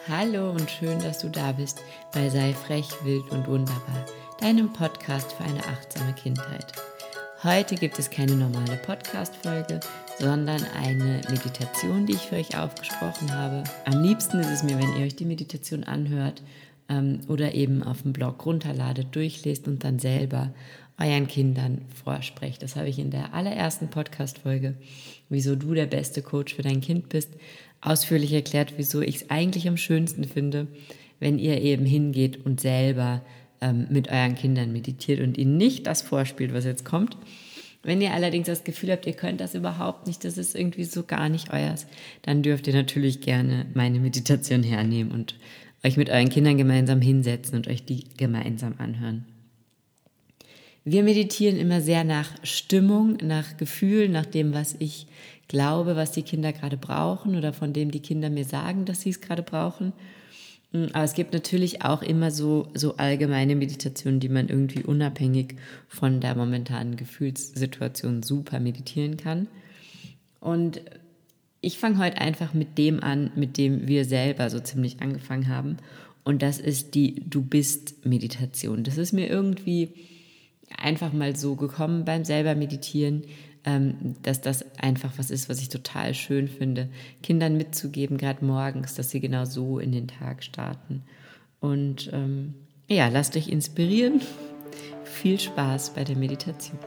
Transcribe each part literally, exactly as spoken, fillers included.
Hallo und schön, dass du da bist bei Sei frech, wild und wunderbar, deinem Podcast für eine achtsame Kindheit. Heute gibt es keine normale Podcast-Folge, sondern eine Meditation, die ich für euch aufgesprochen habe. Am liebsten ist es mir, wenn ihr euch die Meditation anhört ähm, oder eben auf dem Blog runterladet, durchlest und dann selber euren Kindern vorsprecht. Das habe ich in der allerersten Podcast-Folge, wieso du der beste Coach für dein Kind bist, ausführlich erklärt, wieso ich es eigentlich am schönsten finde, wenn ihr eben hingeht und selber ähm, mit euren Kindern meditiert und ihnen nicht das vorspielt, was jetzt kommt. Wenn ihr allerdings das Gefühl habt, ihr könnt das überhaupt nicht, das ist irgendwie so gar nicht euers, dann dürft ihr natürlich gerne meine Meditation hernehmen und euch mit euren Kindern gemeinsam hinsetzen und euch die gemeinsam anhören. Wir meditieren immer sehr nach Stimmung, nach Gefühl, nach dem, was ich glaube, was die Kinder gerade brauchen oder von dem die Kinder mir sagen, dass sie es gerade brauchen. Aber es gibt natürlich auch immer so, so allgemeine Meditationen, die man irgendwie unabhängig von der momentanen Gefühlssituation super meditieren kann. Und ich fange heute einfach mit dem an, mit dem wir selber so ziemlich angefangen haben. Und das ist die Du-Bist-Meditation. Das ist mir irgendwie einfach mal so gekommen beim selber meditieren, ähm, dass das einfach was ist, was ich total schön finde, Kindern mitzugeben, gerade morgens, dass sie genau so in den Tag starten. Und ähm, ja, lasst euch inspirieren. Viel Spaß bei der Meditation.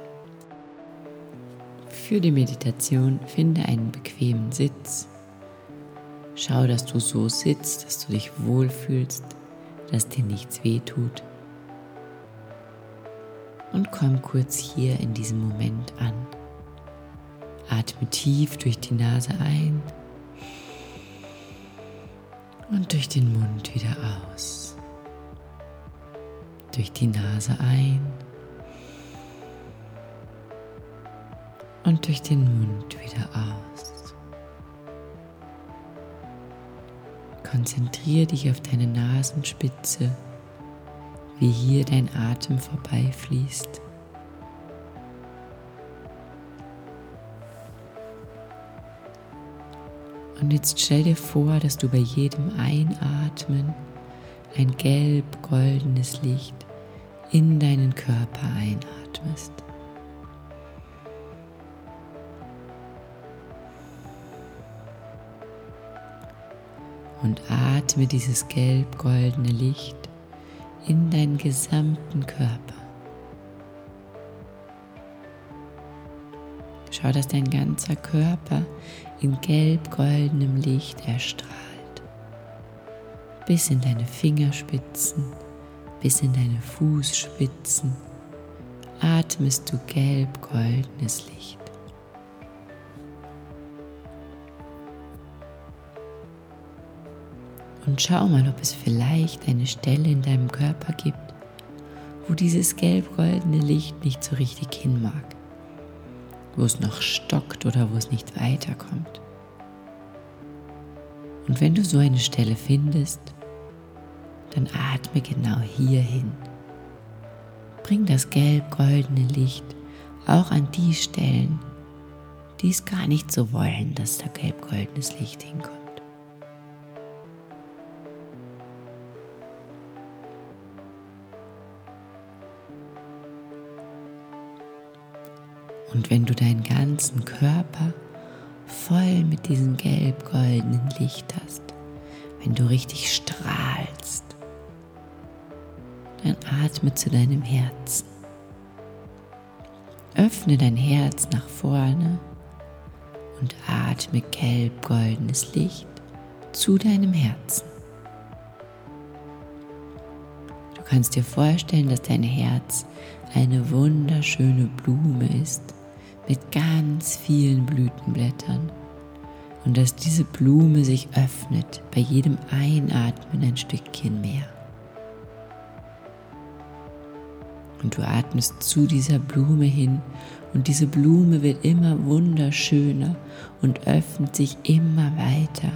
Für die Meditation finde einen bequemen Sitz. Schau, dass du so sitzt, dass du dich wohlfühlst, dass dir nichts wehtut. Und komm kurz hier in diesem Moment an. Atme tief durch die Nase ein und durch den Mund wieder aus. Durch die Nase ein und durch den Mund wieder aus. Konzentriere dich auf deine Nasenspitze, wie hier dein Atem vorbeifließt. Und jetzt stell dir vor, dass du bei jedem Einatmen ein gelb-goldenes Licht in deinen Körper einatmest. Und atme dieses gelb-goldene Licht in deinen gesamten Körper. Schau, dass dein ganzer Körper in gelb-goldenem Licht erstrahlt. Bis in deine Fingerspitzen, bis in deine Fußspitzen atmest du gelb-goldenes Licht. Und schau mal, ob es vielleicht eine Stelle in deinem Körper gibt, wo dieses gelb-goldene Licht nicht so richtig hin mag, wo es noch stockt oder wo es nicht weiterkommt. Und wenn du so eine Stelle findest, dann atme genau hier hin. Bring das gelb-goldene Licht auch an die Stellen, die es gar nicht so wollen, dass da gelb-goldenes Licht hinkommt. Und wenn du deinen ganzen Körper voll mit diesem gelb-goldenen Licht hast, wenn du richtig strahlst, dann atme zu deinem Herzen. Öffne dein Herz nach vorne und atme gelb-goldenes Licht zu deinem Herzen. Du kannst dir vorstellen, dass dein Herz eine wunderschöne Blume ist, mit ganz vielen Blütenblättern und dass diese Blume sich öffnet, bei jedem Einatmen ein Stückchen mehr. Und du atmest zu dieser Blume hin und diese Blume wird immer wunderschöner und öffnet sich immer weiter.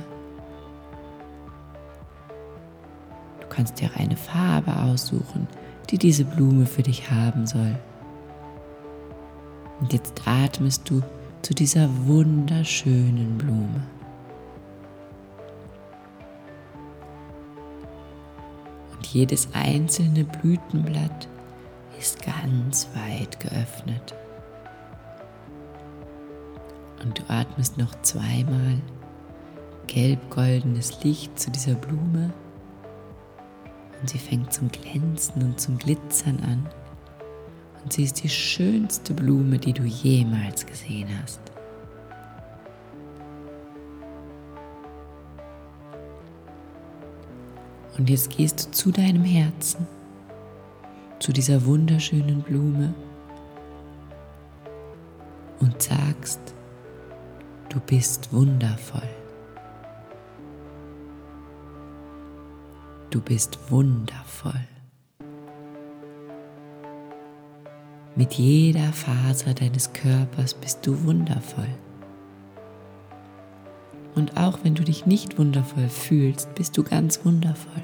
Du kannst dir eine Farbe aussuchen, die diese Blume für dich haben soll. Und jetzt atmest du zu dieser wunderschönen Blume. Und jedes einzelne Blütenblatt ist ganz weit geöffnet. Und du atmest noch zweimal gelb-goldenes Licht zu dieser Blume und sie fängt zum Glänzen und zum Glitzern an und sie ist die schönste Blume, die du jemals gesehen hast. Und jetzt gehst du zu deinem Herzen, zu dieser wunderschönen Blume und sagst, du bist wundervoll. Du bist wundervoll. Mit jeder Faser deines Körpers bist du wundervoll. Und auch wenn du dich nicht wundervoll fühlst, bist du ganz wundervoll.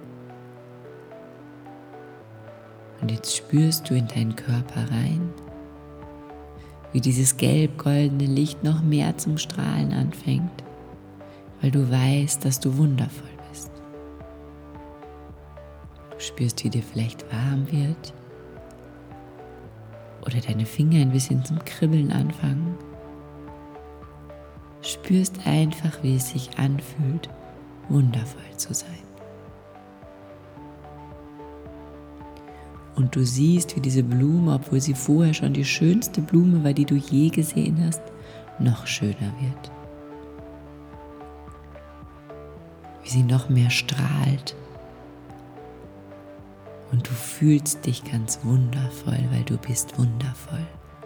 Und jetzt spürst du in deinen Körper rein, wie dieses gelb-goldene Licht noch mehr zum Strahlen anfängt, weil du weißt, dass du wundervoll bist. Du spürst, wie dir vielleicht warm wird oder deine Finger ein bisschen zum Kribbeln anfangen. Spürst einfach, wie es sich anfühlt, wundervoll zu sein. Und du siehst, wie diese Blume, obwohl sie vorher schon die schönste Blume war, die du je gesehen hast, noch schöner wird. Wie sie noch mehr strahlt. Und du fühlst dich ganz wundervoll, weil du bist wundervoll.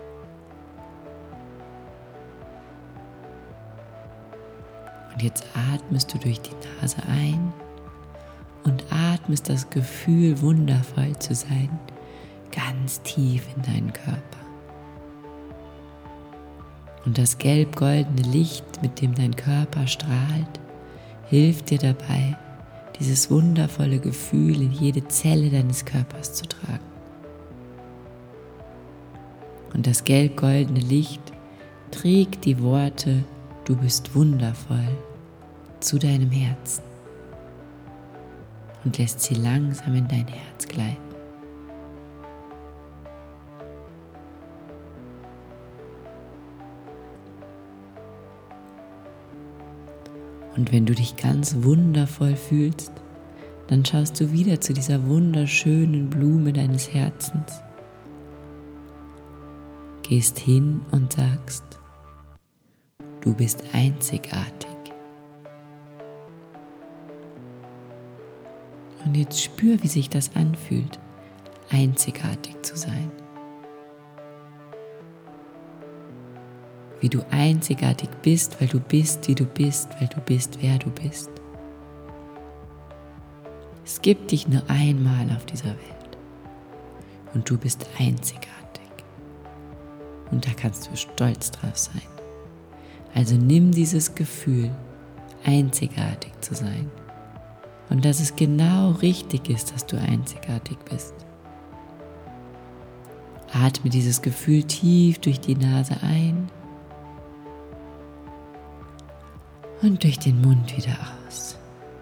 Und jetzt atmest du durch die Nase ein und atmest das Gefühl, wundervoll zu sein, ganz tief in deinen Körper. Und das gelb-goldene Licht, mit dem dein Körper strahlt, hilft dir dabei, dieses wundervolle Gefühl in jede Zelle deines Körpers zu tragen. Und das gelb-goldene Licht trägt die Worte, du bist wundervoll, zu deinem Herzen und lässt sie langsam in dein Herz gleiten. Und wenn du dich ganz wundervoll fühlst, dann schaust du wieder zu dieser wunderschönen Blume deines Herzens, gehst hin und sagst, du bist einzigartig. Und jetzt spür, wie sich das anfühlt, einzigartig zu sein. Wie du einzigartig bist, weil du bist, wie du bist, weil du bist, wer du bist. Es gibt dich nur einmal auf dieser Welt und du bist einzigartig. Und da kannst du stolz drauf sein. Also nimm dieses Gefühl, einzigartig zu sein und dass es genau richtig ist, dass du einzigartig bist. Atme dieses Gefühl tief durch die Nase ein und durch den Mund wieder aus.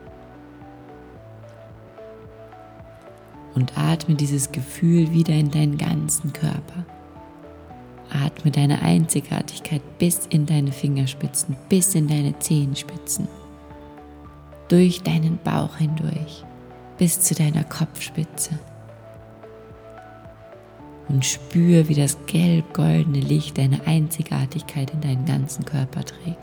Und atme dieses Gefühl wieder in deinen ganzen Körper. Atme deine Einzigartigkeit bis in deine Fingerspitzen, bis in deine Zehenspitzen, durch deinen Bauch hindurch, bis zu deiner Kopfspitze. Und spür, wie das gelb-goldene Licht deine Einzigartigkeit in deinen ganzen Körper trägt.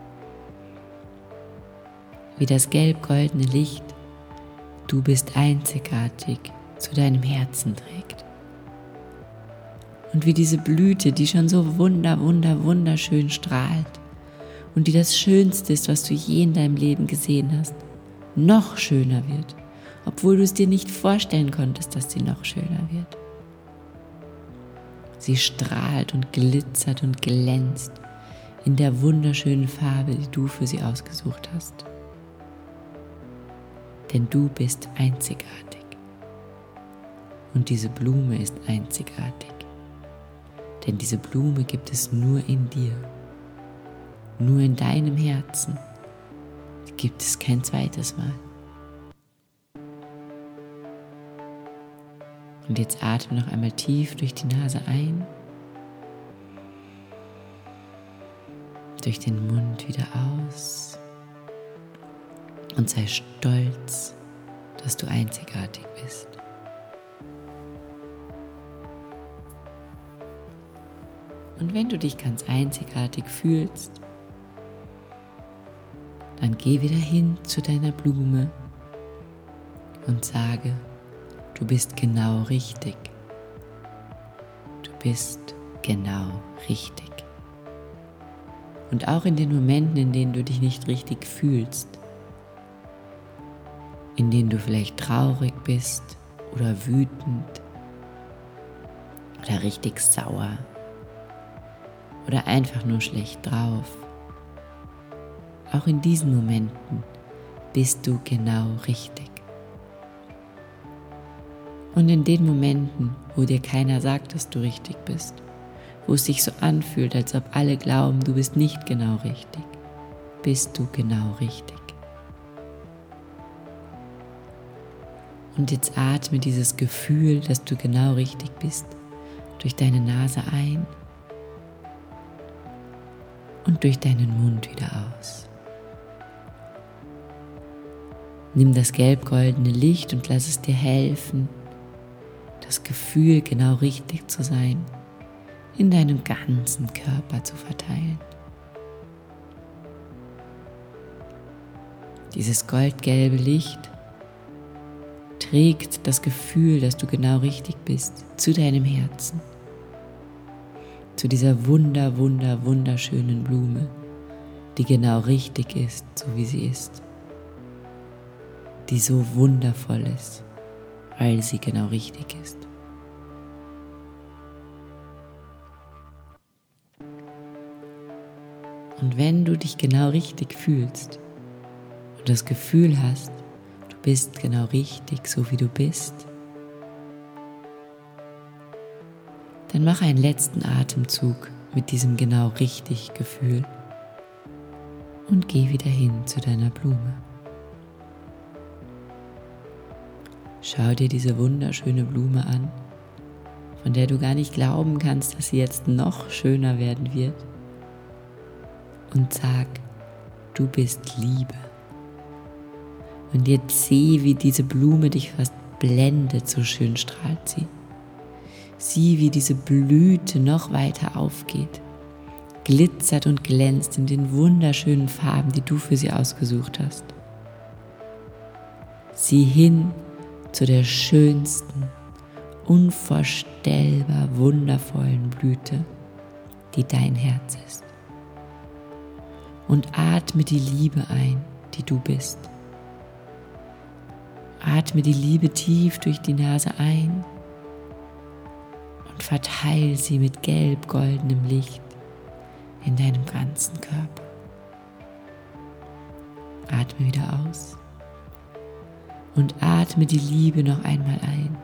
Wie das gelb-goldene Licht, du bist einzigartig, zu deinem Herzen trägt. Und wie diese Blüte, die schon so wunder, wunder, wunderschön strahlt und die das Schönste ist, was du je in deinem Leben gesehen hast, noch schöner wird, obwohl du es dir nicht vorstellen konntest, dass sie noch schöner wird. Sie strahlt und glitzert und glänzt in der wunderschönen Farbe, die du für sie ausgesucht hast. Denn du bist einzigartig. Und diese Blume ist einzigartig. Denn diese Blume gibt es nur in dir. Nur in deinem Herzen. Die gibt es kein zweites Mal. Und jetzt atme noch einmal tief durch die Nase ein, durch den Mund wieder aus und sei stolz, dass du einzigartig bist. Und wenn du dich ganz einzigartig fühlst, dann geh wieder hin zu deiner Blume und sage, du bist genau richtig. Du bist genau richtig. Und auch in den Momenten, in denen du dich nicht richtig fühlst, in denen du vielleicht traurig bist oder wütend oder richtig sauer oder einfach nur schlecht drauf, auch in diesen Momenten bist du genau richtig. Und in den Momenten, wo dir keiner sagt, dass du richtig bist, wo es sich so anfühlt, als ob alle glauben, du bist nicht genau richtig, bist du genau richtig. Und jetzt atme dieses Gefühl, dass du genau richtig bist, durch deine Nase ein und durch deinen Mund wieder aus. Nimm das gelb-goldene Licht und lass es dir helfen, das Gefühl, genau richtig zu sein, in deinem ganzen Körper zu verteilen. Dieses goldgelbe Licht trägt das Gefühl, dass du genau richtig bist, zu deinem Herzen, zu dieser wunder, wunder, wunderschönen Blume, die genau richtig ist, so wie sie ist, die so wundervoll ist, weil sie genau richtig ist. Und wenn du dich genau richtig fühlst und das Gefühl hast, du bist genau richtig, so wie du bist, dann mach einen letzten Atemzug mit diesem genau richtig Gefühl und geh wieder hin zu deiner Blume. Schau dir diese wunderschöne Blume an, von der du gar nicht glauben kannst, dass sie jetzt noch schöner werden wird. Und sag, du bist Liebe. Und jetzt sieh, wie diese Blume dich fast blendet, so schön strahlt sie. Sieh, wie diese Blüte noch weiter aufgeht, glitzert und glänzt in den wunderschönen Farben, die du für sie ausgesucht hast. Sieh hin zu der schönsten, unvorstellbar wundervollen Blüte, die dein Herz ist. Und atme die Liebe ein, die du bist. Atme die Liebe tief durch die Nase ein und verteile sie mit gelb-goldenem Licht in deinem ganzen Körper. Atme wieder aus und atme die Liebe noch einmal ein.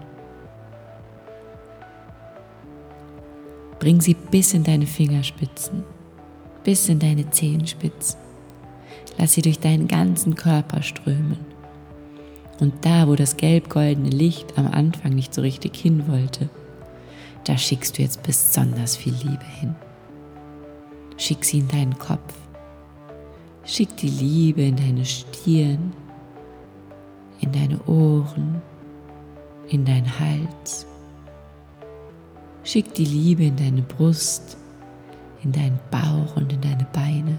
Bring sie bis in deine Fingerspitzen, bis in deine Zehenspitzen. Lass sie durch deinen ganzen Körper strömen. Und da, wo das gelb-goldene Licht am Anfang nicht so richtig hin wollte, da schickst du jetzt besonders viel Liebe hin. Schick sie in deinen Kopf. Schick die Liebe in deine Stirn, in deine Ohren, in deinen Hals. Schick die Liebe in deine Brust, in deinen Bauch und in deine Beine.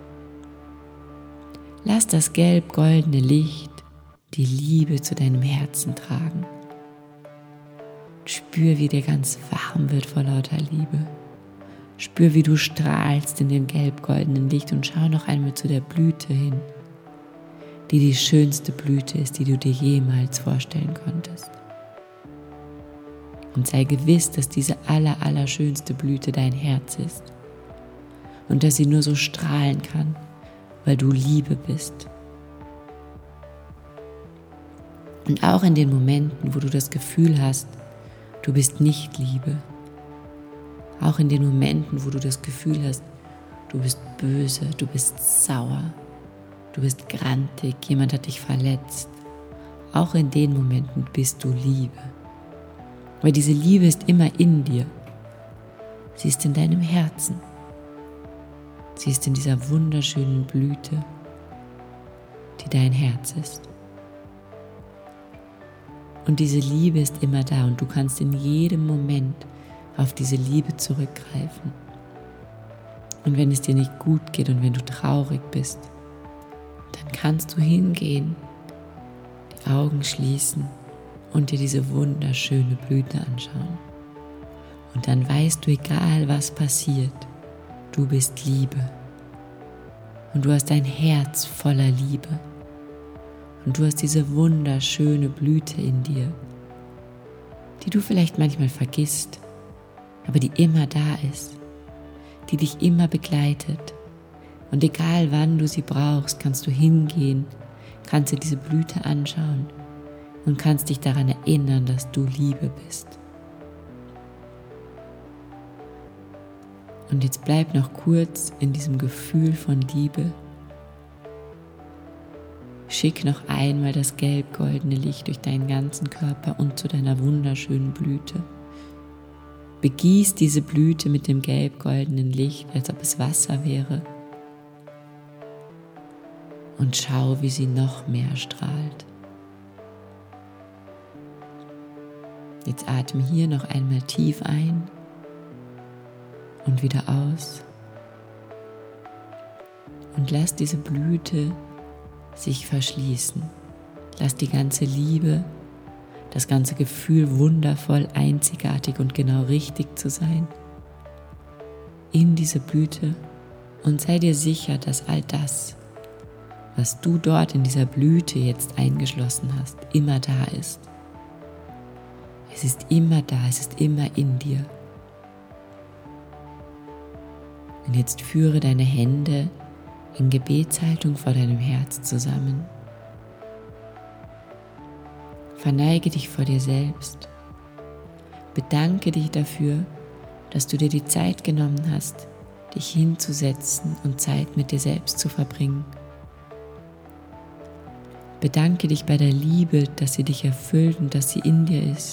Lass das gelb-goldene Licht die Liebe zu deinem Herzen tragen. Spür, wie dir ganz warm wird vor lauter Liebe. Spür, wie du strahlst in dem gelb-goldenen Licht und schau noch einmal zu der Blüte hin, die die schönste Blüte ist, die du dir jemals vorstellen konntest. Und sei gewiss, dass diese aller, aller schönste Blüte dein Herz ist und dass sie nur so strahlen kann, weil du Liebe bist. Und auch in den Momenten, wo du das Gefühl hast, du bist nicht Liebe, auch in den Momenten, wo du das Gefühl hast, du bist böse, du bist sauer, du bist grantig, jemand hat dich verletzt, auch in den Momenten bist du Liebe. Weil diese Liebe ist immer in dir. Sie ist in deinem Herzen. Sie ist in dieser wunderschönen Blüte, die dein Herz ist. Und diese Liebe ist immer da und du kannst in jedem Moment auf diese Liebe zurückgreifen. Und wenn es dir nicht gut geht und wenn du traurig bist, dann kannst du hingehen, die Augen schließen und dir diese wunderschöne Blüte anschauen. Und dann weißt du, egal was passiert, du bist Liebe. Und du hast ein Herz voller Liebe. Und du hast diese wunderschöne Blüte in dir, die du vielleicht manchmal vergisst, aber die immer da ist, die dich immer begleitet. Und egal wann du sie brauchst, kannst du hingehen, kannst dir diese Blüte anschauen und kannst dich daran erinnern, dass du Liebe bist. Und jetzt bleib noch kurz in diesem Gefühl von Liebe. Schick noch einmal das gelb-goldene Licht durch deinen ganzen Körper und zu deiner wunderschönen Blüte. Begieß diese Blüte mit dem gelb-goldenen Licht, als ob es Wasser wäre. Und schau, wie sie noch mehr strahlt. Jetzt atme hier noch einmal tief ein und wieder aus. Und lass diese Blüte sich verschließen. Lass die ganze Liebe, das ganze Gefühl, wundervoll, einzigartig und genau richtig zu sein, in diese Blüte, und sei dir sicher, dass all das, was du dort in dieser Blüte jetzt eingeschlossen hast, immer da ist. Es ist immer da, es ist immer in dir. Und jetzt führe deine Hände in Gebetshaltung vor deinem Herz zusammen. Verneige dich vor dir selbst. Bedanke dich dafür, dass du dir die Zeit genommen hast, dich hinzusetzen und Zeit mit dir selbst zu verbringen. Bedanke dich bei der Liebe, dass sie dich erfüllt und dass sie in dir ist.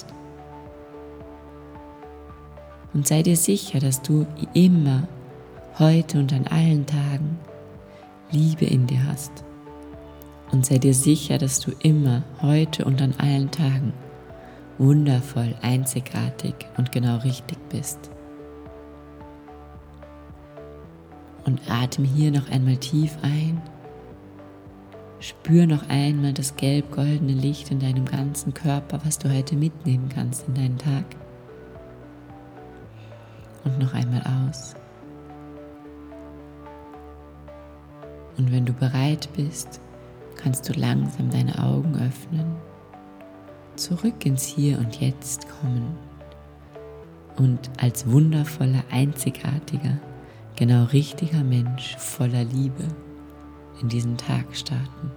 Und sei dir sicher, dass du immer, heute und an allen Tagen, Liebe in dir hast. Und sei dir sicher, dass du immer, heute und an allen Tagen wundervoll, einzigartig und genau richtig bist. Und atme hier noch einmal tief ein. Spür noch einmal das gelb-goldene Licht in deinem ganzen Körper, was du heute mitnehmen kannst in deinen Tag. Und noch einmal aus. Und wenn du bereit bist, kannst du langsam deine Augen öffnen, zurück ins Hier und Jetzt kommen und als wundervoller, einzigartiger, genau richtiger Mensch voller Liebe in diesen Tag starten.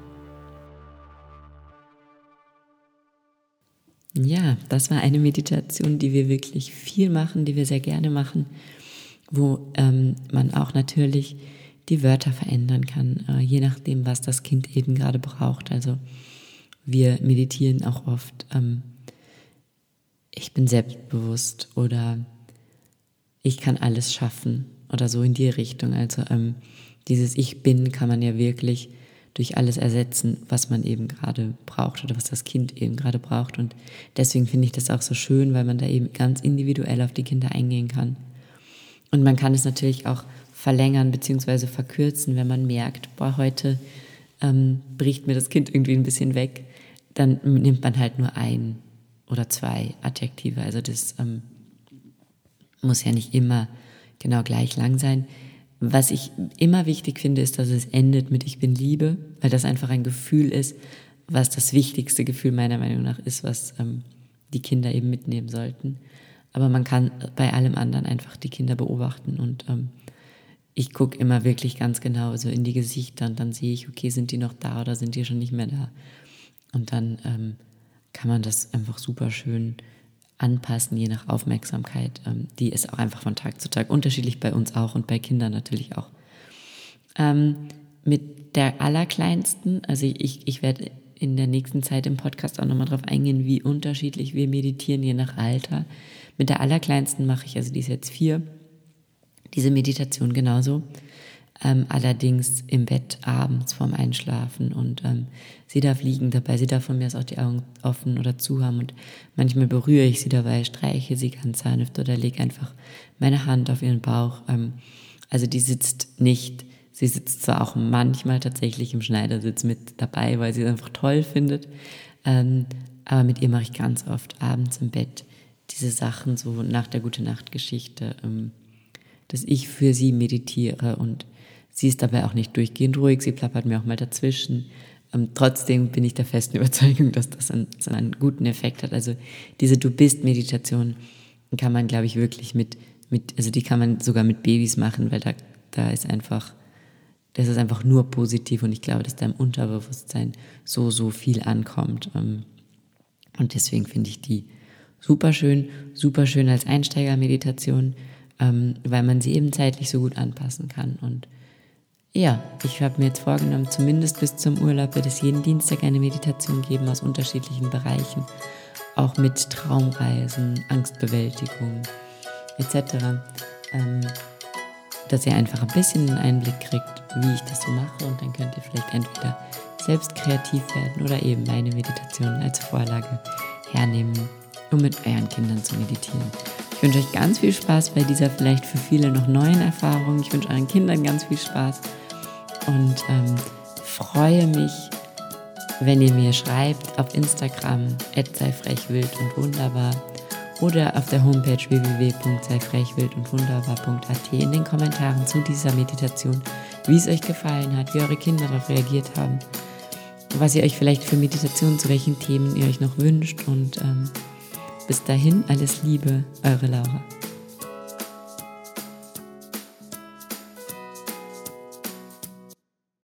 Ja, das war eine Meditation, die wir wirklich viel machen, die wir sehr gerne machen, wo ähm, man auch natürlich die Wörter verändern kann, äh, je nachdem, was das Kind eben gerade braucht. Also wir meditieren auch oft, ähm, ich bin selbstbewusst oder ich kann alles schaffen oder so in die Richtung. Also ähm, dieses Ich bin kann man ja wirklich durch alles ersetzen, was man eben gerade braucht oder was das Kind eben gerade braucht. Und deswegen finde ich das auch so schön, weil man da eben ganz individuell auf die Kinder eingehen kann. Und man kann es natürlich auch verlängern bzw. verkürzen, wenn man merkt, boah, heute ähm, bricht mir das Kind irgendwie ein bisschen weg, dann nimmt man halt nur ein oder zwei Adjektive. Also das ähm, muss ja nicht immer genau gleich lang sein. Was ich immer wichtig finde, ist, dass es endet mit Ich bin Liebe, weil das einfach ein Gefühl ist, was das wichtigste Gefühl meiner Meinung nach ist, was ähm, die Kinder eben mitnehmen sollten. Aber man kann bei allem anderen einfach die Kinder beobachten und ähm, ich gucke immer wirklich ganz genau so in die Gesichter und dann sehe ich, okay, sind die noch da oder sind die schon nicht mehr da? Und dann ähm, kann man das einfach super schön anpassen, je nach Aufmerksamkeit. Ähm, die ist auch einfach von Tag zu Tag unterschiedlich, bei uns auch und bei Kindern natürlich auch. Ähm, mit der Allerkleinsten, also ich, ich werde in der nächsten Zeit im Podcast auch nochmal drauf eingehen, wie unterschiedlich wir meditieren, je nach Alter. Mit der Allerkleinsten mache ich, also die ist jetzt vier, diese Meditation genauso. Ähm, allerdings im Bett abends vorm Einschlafen und ähm, sie darf liegen dabei, sie darf von mir aus auch die Augen offen oder zu haben und manchmal berühre ich sie dabei, streiche sie ganz sanft oder lege einfach meine Hand auf ihren Bauch. Ähm, also die sitzt nicht, sie sitzt zwar auch manchmal tatsächlich im Schneidersitz mit dabei, weil sie es einfach toll findet, ähm, aber mit ihr mache ich ganz oft abends im Bett diese Sachen so nach der Gute-Nacht-Geschichte, ähm, dass ich für sie meditiere und sie ist dabei auch nicht durchgehend ruhig, sie plappert mir auch mal dazwischen. Ähm, trotzdem bin ich der festen Überzeugung, dass das einen, so einen guten Effekt hat. Also diese Du-Bist-Meditation kann man, glaube ich, wirklich mit, mit, also die kann man sogar mit Babys machen, weil da, da ist einfach, das ist einfach nur positiv und ich glaube, dass da im Unterbewusstsein so, so viel ankommt. Ähm, und deswegen finde ich die super schön, super schön als Einsteigermeditation, ähm, weil man sie eben zeitlich so gut anpassen kann. Und ja, ich habe mir jetzt vorgenommen, zumindest bis zum Urlaub wird es jeden Dienstag eine Meditation geben aus unterschiedlichen Bereichen, auch mit Traumreisen, Angstbewältigung et cetera, ähm, dass ihr einfach ein bisschen einen Einblick kriegt, wie ich das so mache und dann könnt ihr vielleicht entweder selbst kreativ werden oder eben meine Meditation als Vorlage hernehmen, um mit euren Kindern zu meditieren. Ich wünsche euch ganz viel Spaß bei dieser vielleicht für viele noch neuen Erfahrung. Ich wünsche euren Kindern ganz viel Spaß und ähm, freue mich, wenn ihr mir schreibt auf Instagram at sei frech, wild und wunderbar oder auf der Homepage w w w punkt sei frech, wild und wunderbar punkt a t in den Kommentaren zu dieser Meditation, wie es euch gefallen hat, wie eure Kinder darauf reagiert haben, was ihr euch vielleicht für Meditationen, zu welchen Themen ihr euch noch wünscht und ähm, bis dahin alles Liebe, eure Laura.